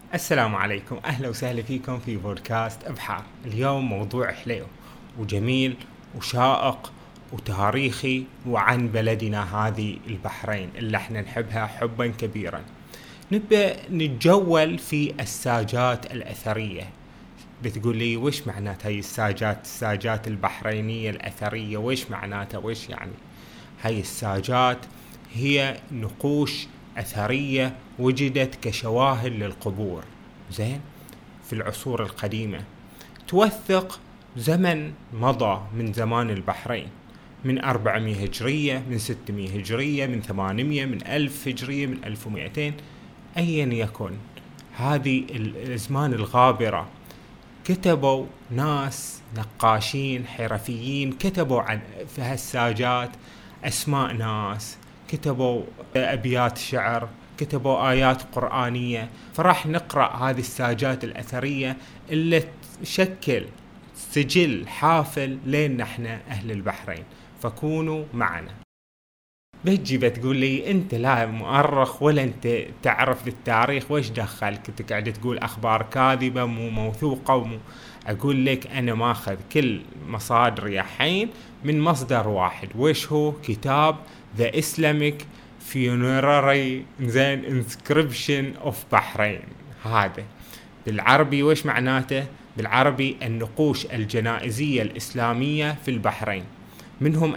السلام عليكم، أهلا وسهلا فيكم في بودكاست أبحار. اليوم موضوع حليو وجميل وشائق وتاريخي وعن بلدنا هذه البحرين اللي احنا نحبها حبا كبيرا. نبدأ نتجول في الساجات الأثرية. بتقول لي وش معنات هاي الساجات البحرينية الأثرية؟ وش معناتها؟ وش يعني؟ هاي الساجات هي نقوش أثرية وجدت كشواهد للقبور زين في العصور القديمة، توثق زمن مضى من زمان البحرين، من 400 هجرية، من 600 هجرية، من 800، من 1000 هجرية، من 1200، أيا يكن هذه الأزمان الغابرة. كتبوا ناس نقاشين حرفيين، كتبوا عن في هالساجات أسماء ناس، كتبوا أبيات شعر، كتبوا آيات قرآنية. فراح نقرأ هذه الساجات الأثرية اللي تشكل سجل حافل لين احنا أهل البحرين، فكونوا معنا. بتجي بتقول لي انت لا مؤرخ ولا انت تعرف بالتاريخ، وش دخلك انت قاعد تقول اخبار كاذبة مو موثوقة اقول لك انا ماخذ كل مصادري الحين من مصدر واحد، وش هو؟ كتاب The Islamic Funerary Inscription of Bahrain. هذا بالعربي وش معناته؟ بالعربي النقوش الجنائزية الإسلامية في البحرين. منهم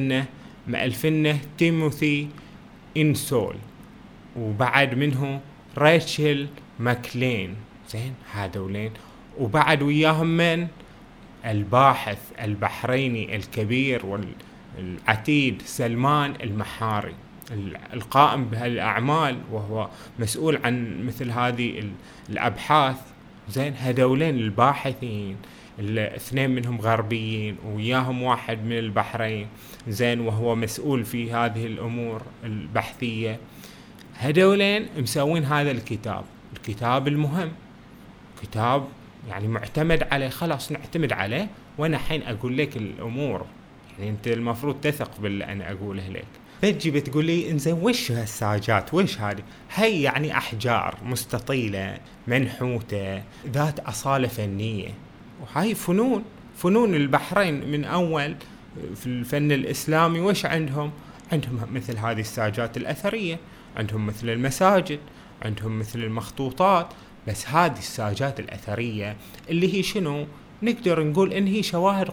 مألفنه تيموثي إنسول، وبعد منه ريتشل ماكلين، زين هذولين، وبعد وياهم من الباحث البحريني الكبير والعتيد سلمان المحاري القائم بهالأعمال، وهو مسؤول عن مثل هذه الأبحاث. زين هذولين الباحثين الاثنين منهم غربيين وياهم واحد من البحرين، زين وهو مسؤول في هذه الأمور البحثية. هذولين مسوين هذا الكتاب المهم، كتاب يعني معتمد عليه، خلاص نعتمد عليه. وانا حين اقول لك الامور يعني انت المفروض تثق باللي انا اقوله لك. تجي بتقول لي انزين وش هالساجات؟ وش هذه؟ هي يعني احجار مستطيلة منحوتة ذات اصالة فنية، وهاي فنون البحرين من اول في الفن الاسلامي. وش عندهم مثل هذه الساجات الاثرية، عندهم مثل المساجد، عندهم مثل المخطوطات. بس هذه الساجات الأثرية اللي هي شنو؟ نقدر نقول إن هي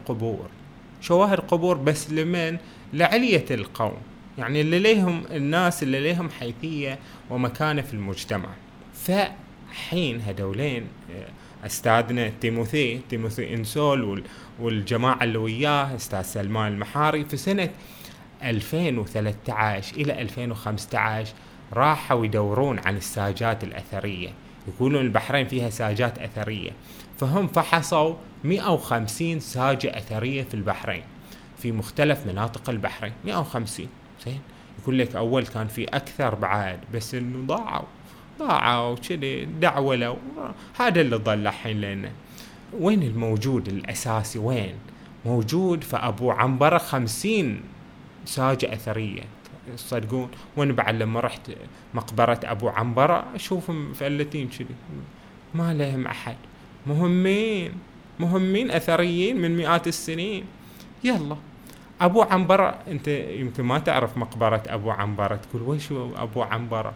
شواهد قبور بس لمن؟ لعلية القوم، يعني اللي ليهم الناس اللي ليهم حيثية ومكانة في المجتمع. فحين هدولين أستاذنا تيموثي إنسول والجماعة اللي وياه أستاذ سلمان المحاري في سنة 2013 إلى 2015 راحوا يدورون عن الساجات الأثرية. يقولون البحرين فيها ساجات أثرية، فهم فحصوا 150 ساجة أثرية في البحرين في مختلف مناطق البحرين. 150 زين. يقول لك أول كان في أكثر بعد، بس إنه ضاعوا كذي دعولوا. هذا اللي ضل الحين لنا. وين الموجود الأساسي؟ وين موجود؟ فأبو عنبرة 50 ساجة أثرية تصدقون. وانا بعد لما رحت مقبرة ابو عنبرة اشوفهم فلتين كذي ما لهم احد، مهمين اثريين من مئات السنين. يلا ابو عنبرة، انت يمكن ما تعرف مقبرة ابو عنبرة، تقول وش ابو عنبرة؟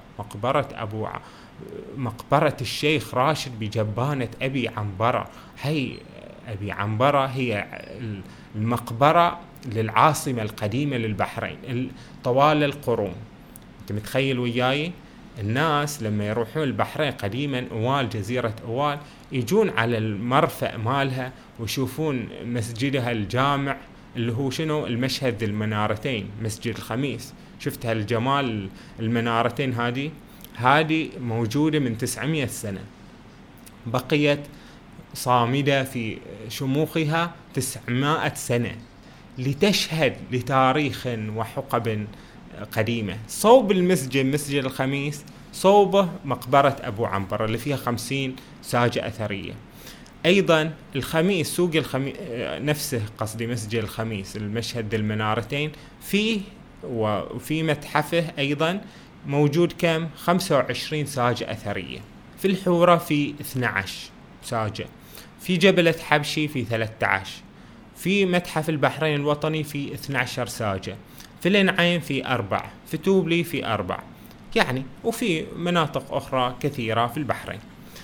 مقبرة الشيخ راشد بجبانة ابي عنبرة. هي ابي عنبرة هي المقبرة للعاصمة القديمة للبحرين طوال القرون. انت متخيل وياي؟ الناس لما يروحون البحرين قديما اوال، جزيرة اوال، يجون على المرفأ مالها ويشوفون مسجدها الجامع اللي هو شنو؟ المشهد المنارتين، مسجد الخميس. شفت هالجمال المنارتين؟ هذه موجودة من 900 سنة، بقيت صامدة في شموخها 900 سنة لتشهد لتاريخ وحقب قديمة. صوب المسجد، مسجد الخميس، صوبه مقبرة أبو عنبرة اللي فيها 50 ساجة أثرية. أيضا الخميس، سوق الخميس نفسه، قصدي مسجد الخميس المشهد المنارتين فيه، وفي متحفه أيضا موجود كم 25 ساجة أثرية. في الحورة في 12 ساجة، في جبلة حبشي في 13، في متحف البحرين الوطني في 12 ساجة، في الانعام في 4، في توبلي في 4، يعني وفي مناطق أخرى كثيرة في البحرين.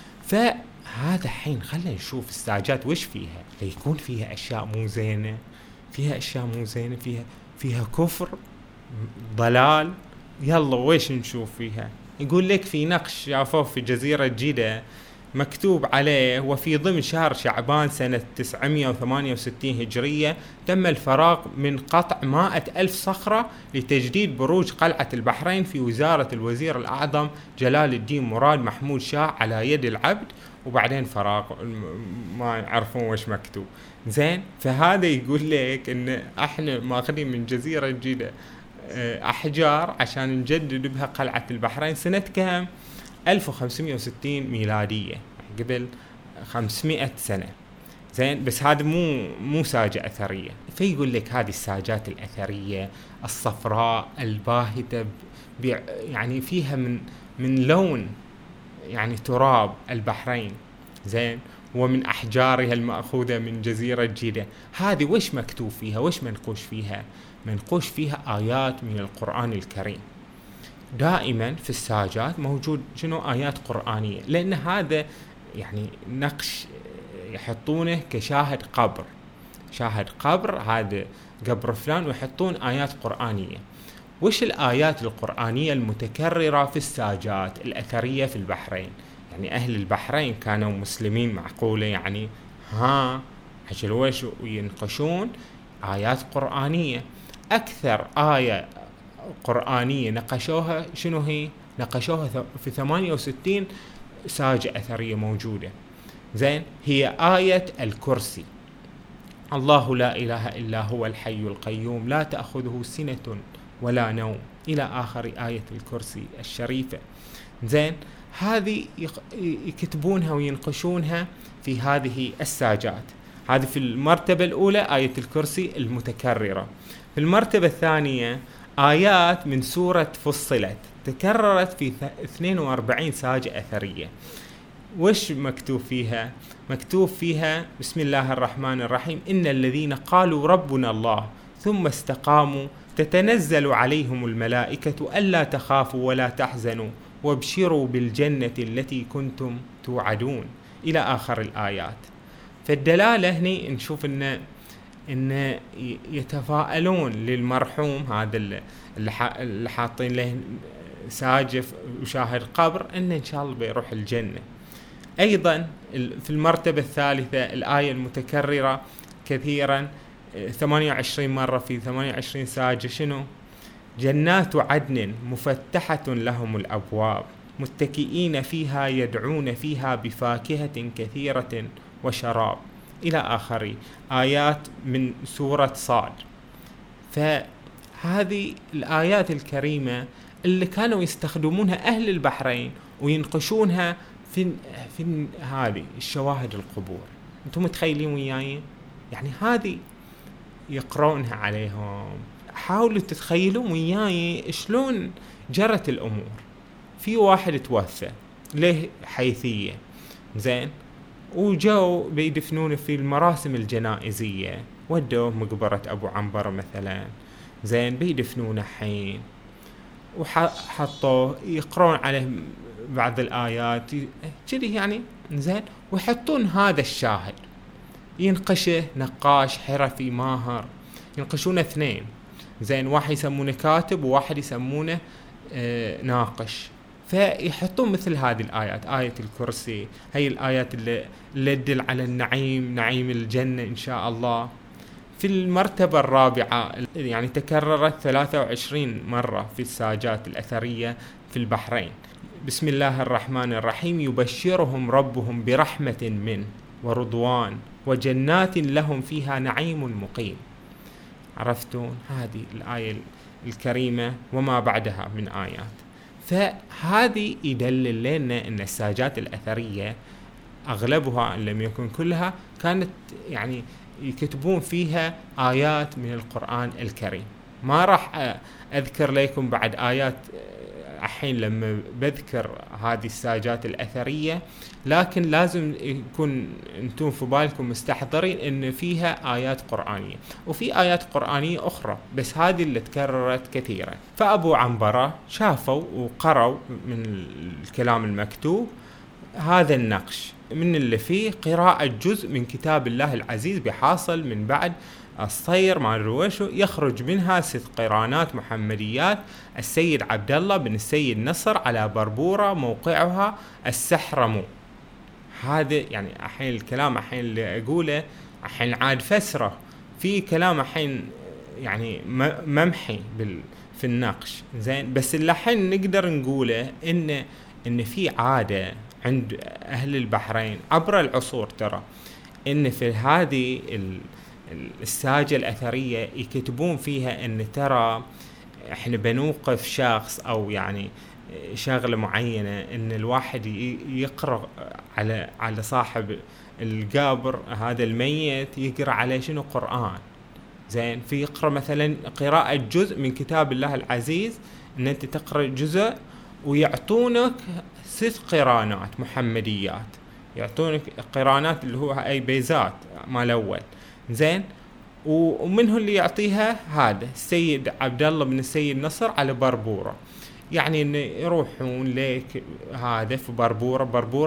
فهذا حين خلينا نشوف الساجات وش فيها. يكون فيها أشياء مو زينة، فيها أشياء مو زينة، فيها كفر ضلال. يلا ويش نشوف فيها؟ يقول لك في نقش شافوه في جزيرة جدة مكتوب عليه: وفي ضمن شهر شعبان سنة 968 هجرية تم الفراغ من قطع 100,000 صخرة لتجديد بروج قلعة البحرين في وزارة الوزير الأعظم جلال الدين مراد محمود شاه على يد العبد. وبعدين فراغ، ما يعرفون وش مكتوب. زين، فهذا يقول لك ان احنا ماخذين من جزيرة جدة احجار عشان نجدد بها قلعة البحرين سنة كم؟ 1560 ميلادية، قبل 500 سنة. زين، بس هذا مو ساجة أثرية. فيقول لك هذه الساجات الأثرية الصفراء الباهتة يعني فيها من لون يعني تراب البحرين، زين، ومن أحجارها المأخوذة من جزيرة جدة. هذه وش مكتوب فيها؟ وش منقوش فيها؟ منقوش فيها آيات من القرآن الكريم. دائما في الساجات موجود شنو؟ آيات قرآنية، لأن هذا يعني نقش يحطونه كشاهد قبر، شاهد قبر، هذا قبر فلان، ويحطون آيات قرآنية. وش الآيات القرآنية المتكررة في الساجات الأثرية في البحرين؟ يعني أهل البحرين كانوا مسلمين معقولة، يعني عجل وش وينقشون آيات قرآنية. أكثر آية قرآنية نقشوها شنو هي؟ نقشوها في 68 ساجة أثرية موجودة. زين، هي آية الكرسي: الله لا إله إلا هو الحي القيوم لا تأخذه سنة ولا نوم، إلى آخر آية الكرسي الشريفة. زين، هذه يكتبونها وينقشونها في هذه الساجات. هذه في المرتبة الأولى آية الكرسي المتكررة. في المرتبة الثانية آيات من سورة فصلت تكررت في 42 ساجة أثرية. وش مكتوب فيها؟ مكتوب فيها: بسم الله الرحمن الرحيم، إن الذين قالوا ربنا الله ثم استقاموا تتنزل عليهم الملائكة ألا تخافوا ولا تحزنوا وابشروا بالجنة التي كنتم توعدون، إلى آخر الآيات. فالدلالة هنا نشوف إن يتفائلون للمرحوم هذا اللي حاطين له ساجف وشاهد قبر إن شاء الله بيروح الجنة. أيضا في المرتبة الثالثة الآية المتكررة كثيرا 28 مرة في 28 ساجة شنو؟ جنات عدن مفتحة لهم الأبواب متكئين فيها يدعون فيها بفاكهة كثيرة وشراب، إلى آخر آيات من سورة صاد. فهذه الآيات الكريمة اللي كانوا يستخدمونها أهل البحرين وينقشونها في هذه الشواهد القبور. أنتم متخيلين وياي؟ يعني هذه يقرونها عليهم. حاولوا تتخيلوا وياي شلون جرت الأمور. في واحد توفى له حيثية، زين، وجو بيدفنونه في المراسم الجنائزية، ودوه مقبرة أبو عنبر مثلا، زين، بيدفنونه حين، وحطوه يقرون عليه بعض الآيات كذي يعني، زين، ويحطون هذا الشاهد ينقشه نقاش حرفي ماهر، ينقشونه اثنين، زين، واحد يسمونه كاتب وواحد يسمونه ناقش. فيحطون مثل هذه الآيات، آية الكرسي، هي الآيات اللي تدل على النعيم، نعيم الجنة إن شاء الله. في المرتبة الرابعة يعني تكررت 23 مرة في الساجات الأثرية في البحرين: بسم الله الرحمن الرحيم يبشرهم ربهم برحمة منه ورضوان وجنات لهم فيها نعيم مقيم. عرفتون هذه الآية الكريمة وما بعدها من آيات. فهذه يدلل لنا أن الساجات الأثرية أغلبها إن لم يكن كلها كانت يعني يكتبون فيها آيات من القرآن الكريم. ما راح أذكر لكم بعد آيات الحين لما بذكر هذه الساجات الأثرية، لكن لازم يكون انتم في بالكم مستحضرين ان فيها آيات قرآنية، وفي آيات قرآنية أخرى، بس هذه اللي تكررت كثيرا. فأبو عنبرة شافوا وقروا من الكلام المكتوب هذا النقش من اللي فيه قراءة جزء من كتاب الله العزيز بحاصل من بعد الصير ما الرويشو، يخرج منها 6 قرانات محمديات السيد عبد الله بن السيد نصر على بربورة موقعها السحرمو. هذا يعني الحين الكلام الحين اللي أقوله الحين عاد فسره في كلام الحين يعني ممحي في النقش، زين. بس اللي الحين نقدر نقوله إن في عادة عند أهل البحرين عبر العصور، ترى إن في هذه الساجة الأثرية يكتبون فيها إن ترى إحنا بنوقف شخص أو يعني شغلة معينة، إن الواحد يقرأ على صاحب القبر هذا الميت، يقرأ عليه شنو؟ قرآن، زين. في يقرأ مثلا قراءة جزء من كتاب الله العزيز، إن أنت تقرأ جزء ويعطونك 6 قرانات محمديات، يعطونك قرانات اللي هو أي بيزات مال الأول، زين. ومنه اللي يعطيها هذا السيد عبد الله بن السيد نصر على بربورة، يعني إن يروحون لك هذا في بربورة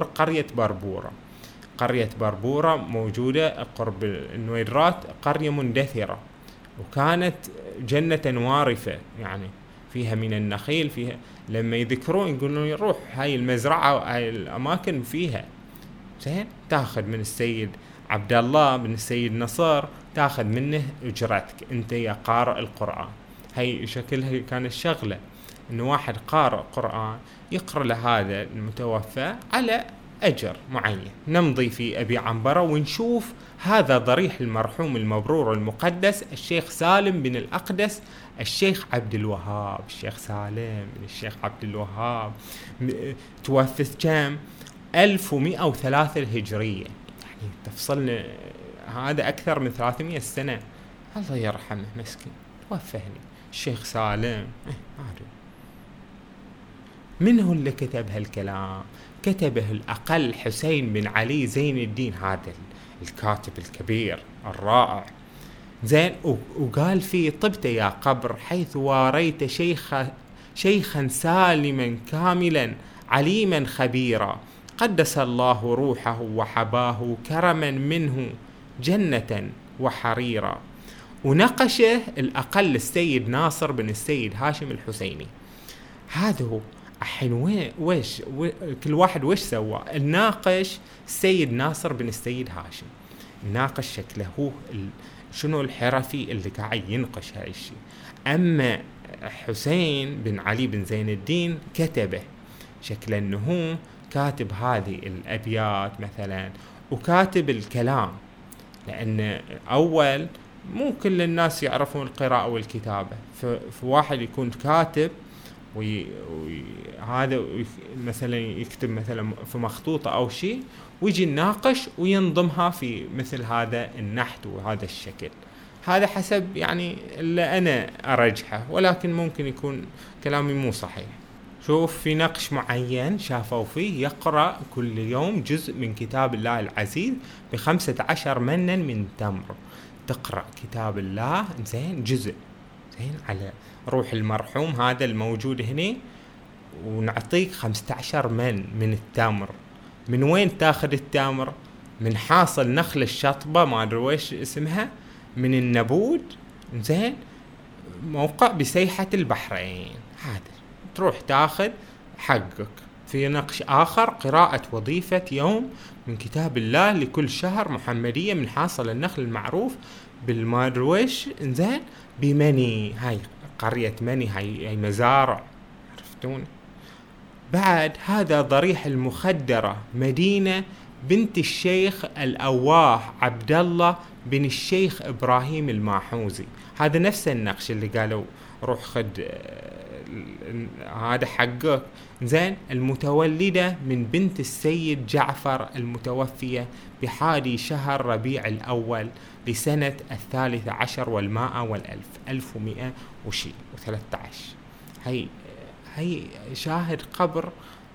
قرية بربورة موجودة قرب النويرات، قرية مندثرة، وكانت جنة وارفة، يعني فيها من النخيل، فيها لما يذكرون يقولون يروح هاي المزرعة وهاي الأماكن فيها، زين. تاخذ من السيد عبد الله بن السيد نصر، تاخذ منه اجرتك انت يا قارئ القرآن. هي شكلها كان الشغلة، انه واحد قارئ قرآن يقرأ لهذا المتوفى على اجر معين. نمضي في ابي عنبرة ونشوف هذا ضريح المرحوم المبرور المقدس الشيخ سالم بن الأقدس الشيخ عبد الوهاب. الشيخ سالم بن الشيخ عبد الوهاب توفى كم؟ 1103 الهجرية، يعني تفصلنا هذا أكثر من 300 سنة. الله يرحمه مسكين، توفى هني الشيخ سالم. من هو اللي كتب هالكلام؟ كتبه الأقل حسين بن علي زين الدين، هذا الكاتب الكبير الرائع، زين. وقال فيه: طبت يا قبر حيث واريت شيخا سالما كاملا عليما خبيرا، قدس الله روحه وحباه كرما منه جنة وحريرا. ونقشه الأقل السيد ناصر بن السيد هاشم الحسيني. هذا هو الحين ويش كل واحد ويش سوى؟ الناقش السيد ناصر بن السيد هاشم، الناقش شكله هو شنو الحرفي اللي قاعد ينقش هاي الشيء. أما حسين بن علي بن زين الدين كتبه شكله أنه هو كاتب هذه الأبيات مثلا، وكاتب الكلام، لأن أول مو كل الناس يعرفون القراءة والكتابة، فواحد يكون كاتب وهذا مثلا يكتب مثلا في مخطوطة أو شيء، ويجي الناقش وينظمها في مثل هذا النحت وهذا الشكل. هذا حسب يعني اللي أنا أرجحه، ولكن ممكن يكون كلامي مو صحيح. شوف، في نقش معين شافوا فيه يقرأ كل يوم جزء من كتاب الله العزيز ب15 منا من تمر. تقرأ كتاب الله زين جزء، زين، على روح المرحوم هذا الموجود هنا، ونعطيك 15 من التمر. من وين تاخذ التمر؟ من حاصل نخل الشطبة، ما أدري ويش اسمها، من النبود، زين، موقع بسيحة البحرين. هذا تروح تاخذ حقك. في نقش آخر: قراءة وظيفة يوم من كتاب الله لكل شهر محمدية من حاصل النخل المعروف بالمادرويش، زين، بمني. هاي قرية مني، هاي مزارع، عرفتون. بعد هذا ضريح المخدرة مدينة بنت الشيخ الأواه عبد الله بن الشيخ إبراهيم الماحوزي. هذا نفس النقش اللي قالوا روح خد هذا حقك، زين. المتولدة من بنت السيد جعفر المتوفية بحادي شهر ربيع الأول لسنة 13 والمائة والألف، 1100 وشي و13. هي شاهد قبر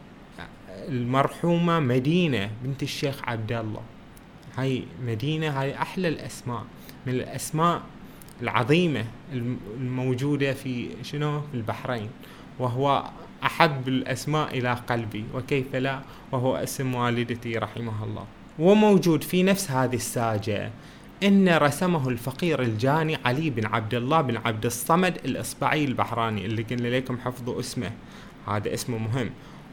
المرحومة مدينة بنت الشيخ عبد الله. هاي مدينة، هاي أحلى الأسماء، من الأسماء العظيمة الموجودة في في البحرين، وهو أحب الأسماء إلى قلبي، وكيف لا وهو اسم والدتي رحمها الله. وموجود في نفس هذه الساجة إن رسمه الفقير الجاني علي بن عبد الله بن عبد الصمد الإصبعي البحراني، اللي قلنا لكم حفظوا اسمه، هذا اسمه مهم.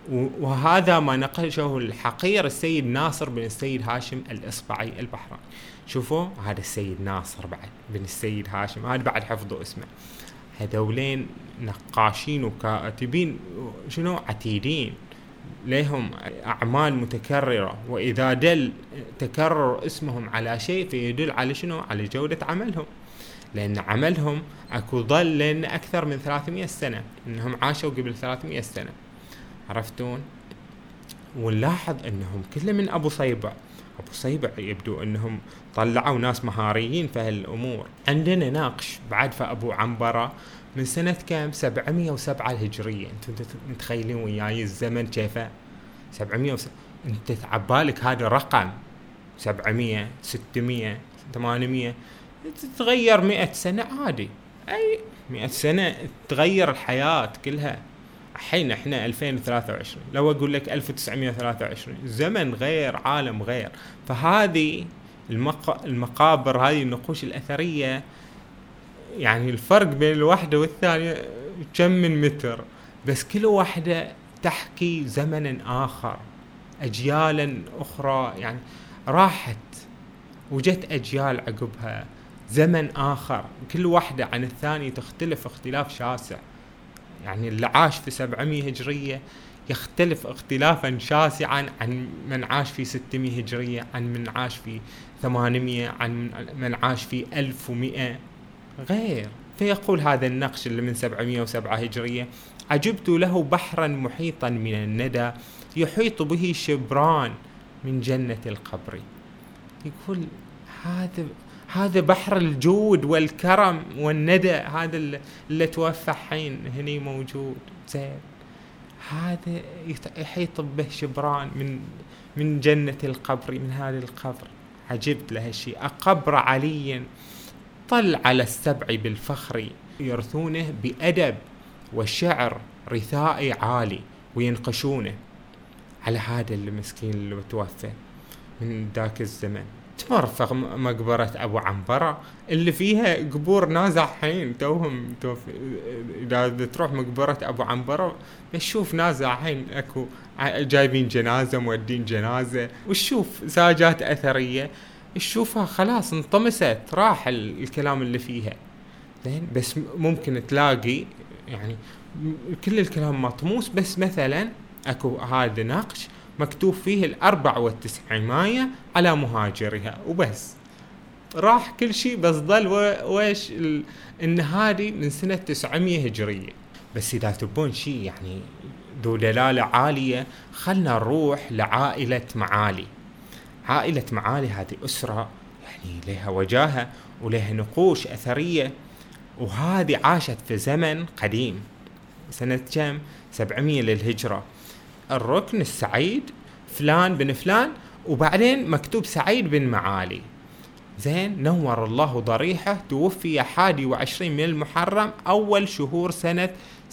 وهذا ما نقشه الحقير السيد ناصر بن السيد هاشم الإصبعي البحراني. شوفوا هذا السيد ناصر بعد بن السيد هاشم، هذا بعد حفظوا اسمه. هذولين نقاشين وكاتبين عتيدين، لهم أعمال متكررة، وإذا دل تكرر اسمهم على شيء فيدل على على جودة عملهم، لأن عملهم أكو ظل لأن أكثر من 300 سنة، إنهم عاشوا قبل 300 سنة، عرفتون؟ ونلاحظ أنهم كل من أبو صيبع يبدو أنهم طلعوا ناس مهاريين في هالأمور. عندنا ناقش بعد في أبو عنبرة من سنة كام؟ 707 الهجرية. انتم متخيلين وياي الزمن كيفه؟ 707. انت تعبالك هذا رقم 700 600 800 تتغير 100 سنة عادي، أي 100 سنة تغير الحياة كلها. الحين احنا 2023، لو اقول لك 1923 زمن غير، عالم غير. فهذه المقابر، هذه النقوش الأثرية، يعني الفرق بين الواحدة والثانية كم من متر، بس كل واحدة تحكي زمنا آخر، أجيالا أخرى، يعني راحت وجت أجيال عقبها، زمن آخر، كل واحدة عن الثانية تختلف اختلاف شاسع. يعني اللي عاش في 700 هجرية يختلف اختلافا شاسعا عن من عاش في 600 هجرية، عن من عاش في 800، عن من عاش في 1100 غير. فيقول هذا النقش اللي من 707 هجرية: عجبت له بحرا محيطا من الندى يحيط به شبران من جنة القبر. يقول هذا بحر الجود والكرم والندى، هذا اللي توفى حين هني موجود، زين، هذا يحيط به شبران من جنة القبر، من هذا القبر. عجبت له الشيء. أقبر علي طل على السبع بالفخر يرثونه بأدب وشعر رثائي عالي، وينقشونه على هذا المسكين اللي توفى من ذاك الزمن. تمر في مقبرة أبو عنبرة اللي فيها قبور ناس حين توهم إذا تروح مقبرة أبو عنبرة بتشوف ناس حين أكو جايبين جنازة، مودين جنازة، وتشوف ساجات أثرية تشوفها خلاص انطمست، راح الكلام اللي فيها، زين، بس ممكن تلاقي يعني كل الكلام مطموس، بس مثلا أكو هذا نقش مكتوب فيه 94 على مهاجرها وبس، راح كل شيء، بس ظل ويش إن هذه من سنة 900 هجرية. بس إذا تبون شيء يعني ذو دلالة عالية، خلنا نروح لعائلة معالي. عائلة معالي هذه أسرة يعني لها وجاهة ولها نقوش أثرية، وهذه عاشت في زمن قديم، سنة كم؟ 700 للهجرة. الركن السعيد فلان بن فلان، وبعدين مكتوب سعيد بن معالي، زين، نور الله ضريحه، توفي 21 من المحرم أول شهور سنة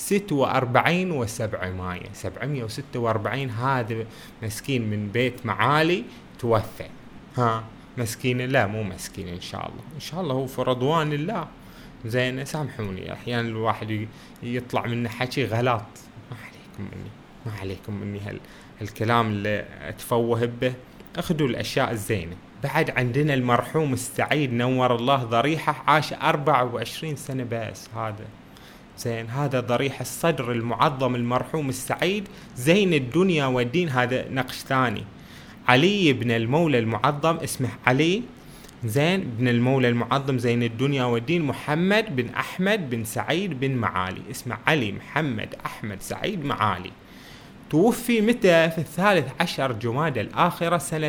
46 و700 746. هذا مسكين من بيت معالي توفى. مسكين؟ لا مو مسكين، إن شاء الله هو في رضوان الله، زين. سامحوني أحيانا الواحد يطلع منه حكي غلط، ما عليكم مني هالكلام اللي أتفوه به، أخذوا الأشياء الزينة. بعد عندنا المرحوم السعيد نور الله ضريحه، عاش 24 سنة بس، هذا زين، هذا ضريح الصدر المعظم المرحوم السعيد زين الدنيا والدين. هذا نقش ثاني. علي بن المولى المعظم، اسمه علي، زين، بن المولى المعظم زين الدنيا والدين، محمد بن أحمد بن سعيد بن معالي، اسمه علي محمد أحمد سعيد معالي. توفي متى؟ في 13 جمادى الآخرة سنة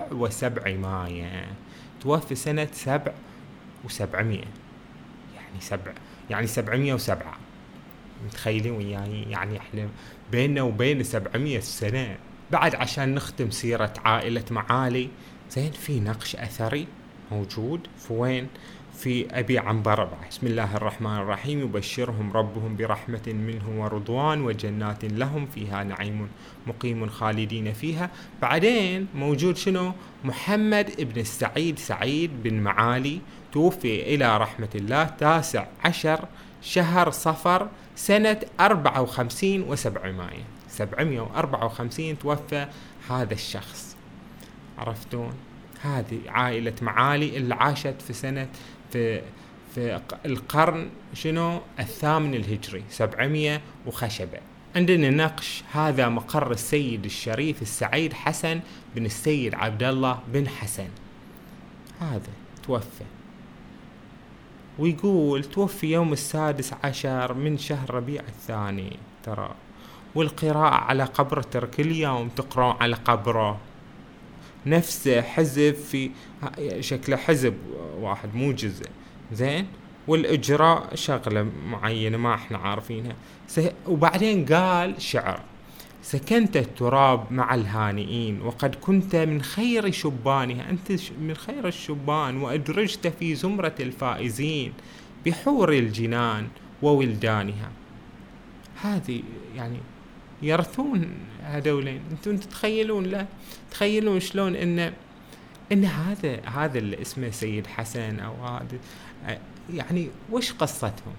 700. توفي سنة 700، يعني 707. متخيلين وياي؟ يعني احنا بيننا وبين 700 سنة. بعد عشان نختم سيرة عائلة معالي، زين، في نقش أثري موجود في وين؟ في أبي عنبرة. بسم الله الرحمن الرحيم: يبشرهم ربهم برحمة منه ورضوان وجنات لهم فيها نعيم مقيم خالدين فيها. بعدين موجود شنو؟ محمد ابن السعيد سعيد بن معالي، توفي إلى رحمة الله 19 شهر صفر سنة 54 و700. 754 توفى هذا الشخص. عرفتون؟ هذه عائلة معالي اللي عاشت في سنة في القرن شنو؟ 8 الهجري، 700 وخشبة. عندنا نقش: هذا مقر السيد الشريف السعيد حسن بن السيد عبد الله بن حسن. هذا توفى، ويقول توفي يوم 16 من شهر ربيع الثاني. ترى والقراءة على قبره، ترى كل يوم تقرأ على قبره نفسه، حزب في شكله حزب واحد مو جزء، زين، والإجراء شغلة معينة ما احنا عارفينها. وبعدين قال شعر: سكنت التراب مع الهانئين وقد كنت من خير شبانها، أنت من خير الشبان، وأدرجت في زمرة الفائزين بحور الجنان وولدانها. هذه يعني يرثون هذولين. انتم تتخيلون؟ لا تخيلون شلون ان هذا اللي اسمه سيد حسن او هذا، يعني وش قصتهم؟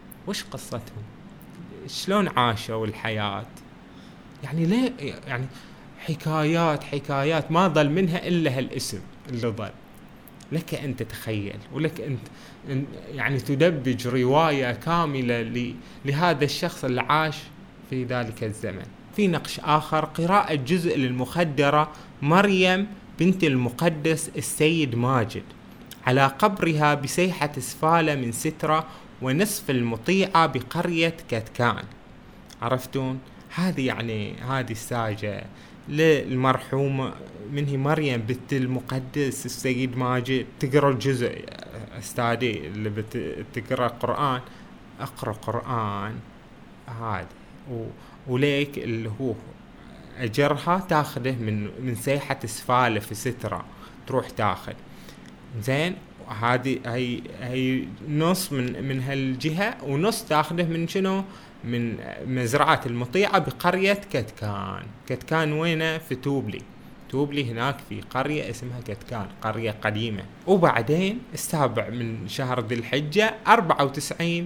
شلون عاشوا الحياة؟ يعني ليه؟ يعني حكايات ما ظل منها الا هالاسم اللي ظل. لك ان تتخيل، ولك انت يعني تدبج رواية كاملة لهذا الشخص اللي عاش في ذلك الزمن. في نقش آخر: قراءة جزء للمخدرة مريم بنت المقدس السيد ماجد على قبرها بسيحة اسفالة من سترة ونصف المطيعة بقرية كتكان. عرفتون؟ هذه يعني هذه الساجة للمرحومة منه مريم بنت المقدس السيد ماجد. تقرأ الجزء استادي اللي بتقرأ قرآن، اقرأ قرآن هذا، وليك اللي هو أجرها تاخده من سيحة اسفالة في سترة، تروح تاخد، زين. هذه هي نص من هالجهة، ونص تاخده من شنو؟ من مزرعة المطيعة بقرية كتكان وينه؟ في توبلي هناك في قرية اسمها كتكان، قرية قديمة. وبعدين 7 من شهر ذي الحجة 94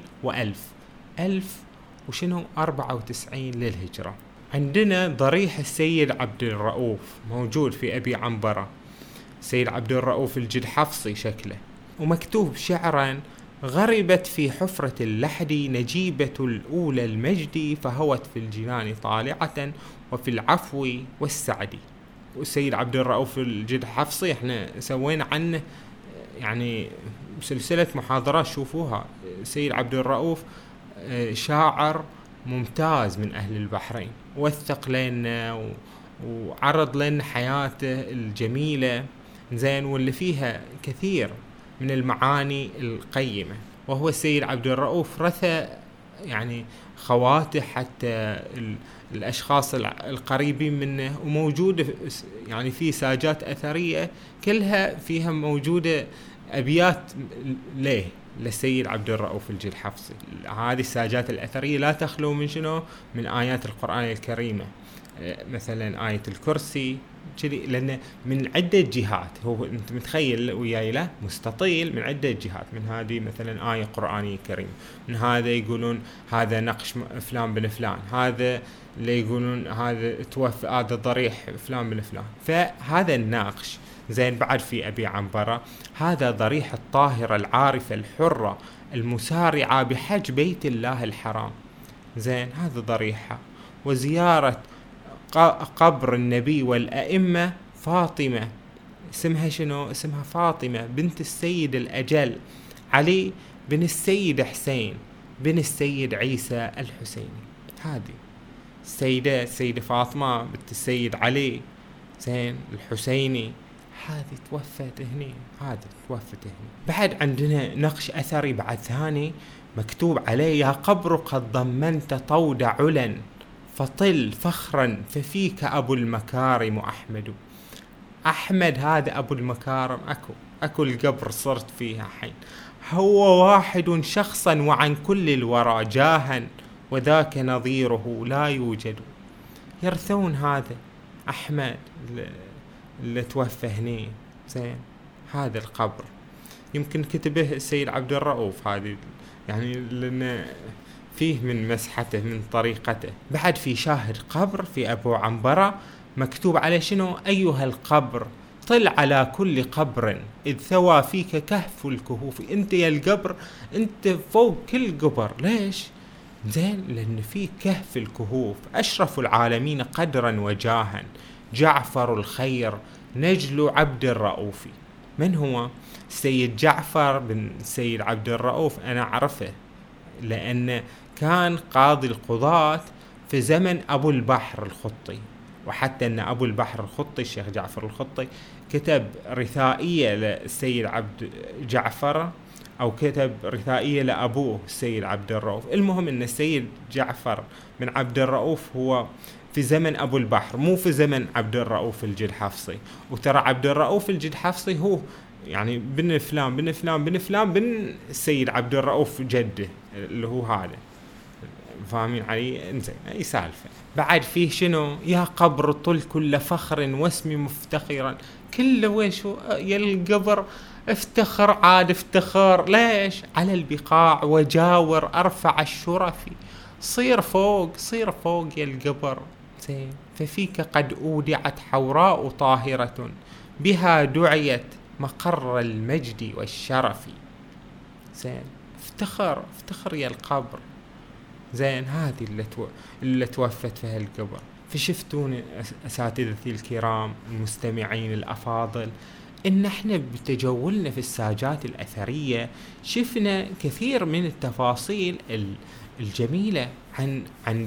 ألف وشنو 94 للهجرة. عندنا ضريح السيد عبد الرؤوف موجود في أبي عنبرة. السيد عبد الرؤوف الجدحفصي شكله، ومكتوب شعرا: غربت في حفرة اللحد نجيبة الأولى المجد، فهوت في الجنان طالعة وفي العفو والسعد. والسيد عبد الرؤوف الجدحفصي احنا سوينا عنه يعني سلسلة محاضرات، شوفوها. السيد عبد الرؤوف شاعر ممتاز من أهل البحرين، وثق لنا وعرض لنا حياته الجميلة، زين، واللي فيها كثير من المعاني القيمة. وهو السيد عبد الرؤوف رثى يعني خواته حتى الأشخاص القريبين منه، وموجودة يعني في ساجات أثرية كلها فيها موجودة أبيات للسيد عبد الرؤوف الجدحفصي. هذه الساجات الأثرية لا تخلو من شنو؟ من آيات القرآن الكريمة، مثلا آية الكرسي، لأن من عدة جهات، هو أنت متخيل وياي له مستطيل من عدة جهات. من هذه مثلا آية قرآنية كريمة، من هذا يقولون هذا نقش فلان بن فلان، هذا اللي يقولون هذا توفى هذا ضريح فلان بن فلان. فهذا النقش، زين. بعد في أبي عنبرة: هذا ضريح الطاهرة العارفة الحرة المسارعة بحج بيت الله الحرام، زين، هذا ضريحة. وزيارة قبر النبي والأئمة فاطمة، اسمها شنو؟ اسمها فاطمة بنت السيد الأجل علي بن السيد حسين بن السيد عيسى الحسيني. هذه السيدة فاطمة بنت السيد علي، زين، الحسيني. هذه توفت هني، هذه توفت هني. بعد عندنا نقش أثري بعد ثاني مكتوب عليه: يا قبر قد ضمنت طود علا، فطل فخرا ففيك أبو المكارم أحمد. أحمد هذا أبو المكارم، أكو القبر صرت فيها حين، هو واحد شخصا وعن كل الورى جاها، وذاك نظيره لا يوجد. يرثون هذا أحمد اللي توفى هني. زين، هذا القبر يمكن كتبه السيد عبد الرؤوف، هذه يعني لأن فيه من مسحته من طريقته. بعد في شاهد قبر في أبو عنبرة مكتوب على شنو: أيها القبر طل على كل قبر إذ ثوى فيك كهف الكهوف. أنت يا القبر أنت فوق كل قبر. ليش؟ زين، لأن في كهف الكهوف أشرف العالمين قدرا وجاها، جعفر الخير نجل عبد الرؤوف. من هو؟ السيد جعفر بن السيد عبد الرؤوف. أنا أعرفه لأن كان قاضي القضاة في زمن أبو البحر الخطي، وحتى أن أبو البحر الخطي الشيخ جعفر الخطي كتب رثائية للسيد عبد جعفر، أو كتب رثائية لأبوه السيد عبد الرؤوف. المهم أن السيد جعفر بن عبد الرؤوف هو في زمن أبو البحر، مو في زمن عبد الرؤوف الجد حفصي. وترى عبد الرؤوف الجد حفصي هو يعني بن فلان بن فلان بن فلان بن السيد عبد الرؤوف جده اللي هو هذا، فاهمين علي؟ انزين، اي سالفه. بعد فيه شنو: يا قبر طل كل فخر واسمي مفتخرا. كله وين شو يا القبر افتخر، عاد افتخر. ليش؟ على البقاع وجاور ارفع الشرف. صير فوق، صير فوق يا القبر. زين، ففيك قد اودعت حوراء طاهرة، بها دعيت مقر المجد والشرف. زين، افتخر، افتخر يا القبر. زين، هذه اللي توفت في هالقبر. فشفتون أساتذتي الكرام المستمعين الأفاضل إن احنا بتجولنا في الساجات الأثرية شفنا كثير من التفاصيل الجميلة عن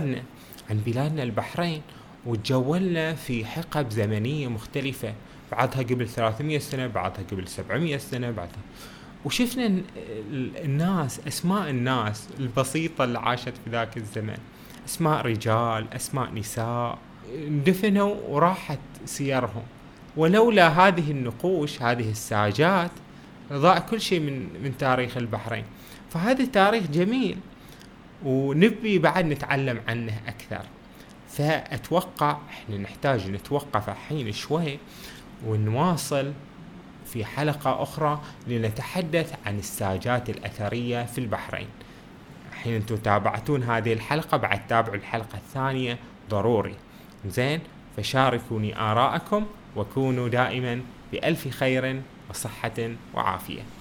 بلادنا البحرين، وتجولنا في حقب زمنية مختلفة، بعضها قبل 300 سنة، بعضها قبل 700 سنة، بعضها. وشفنا الناس، أسماء الناس البسيطة اللي عاشت في ذاك الزمن، أسماء رجال، أسماء نساء، دفنوا وراحت سيرهم. ولولا هذه النقوش، هذه الساجات، ضاع كل شيء من تاريخ البحرين. فهذا تاريخ جميل ونبي بعد نتعلم عنه أكثر. فأتوقع إحنا نحتاج نتوقف الحين شوي ونواصل في حلقة أخرى لنتحدث عن الساجات الأثرية في البحرين. حين أنتم تابعتون هذه الحلقة بعد تابعوا الحلقة الثانية ضروري. زين، فشاركوني آراءكم وكونوا دائما بألف خير وصحة وعافية.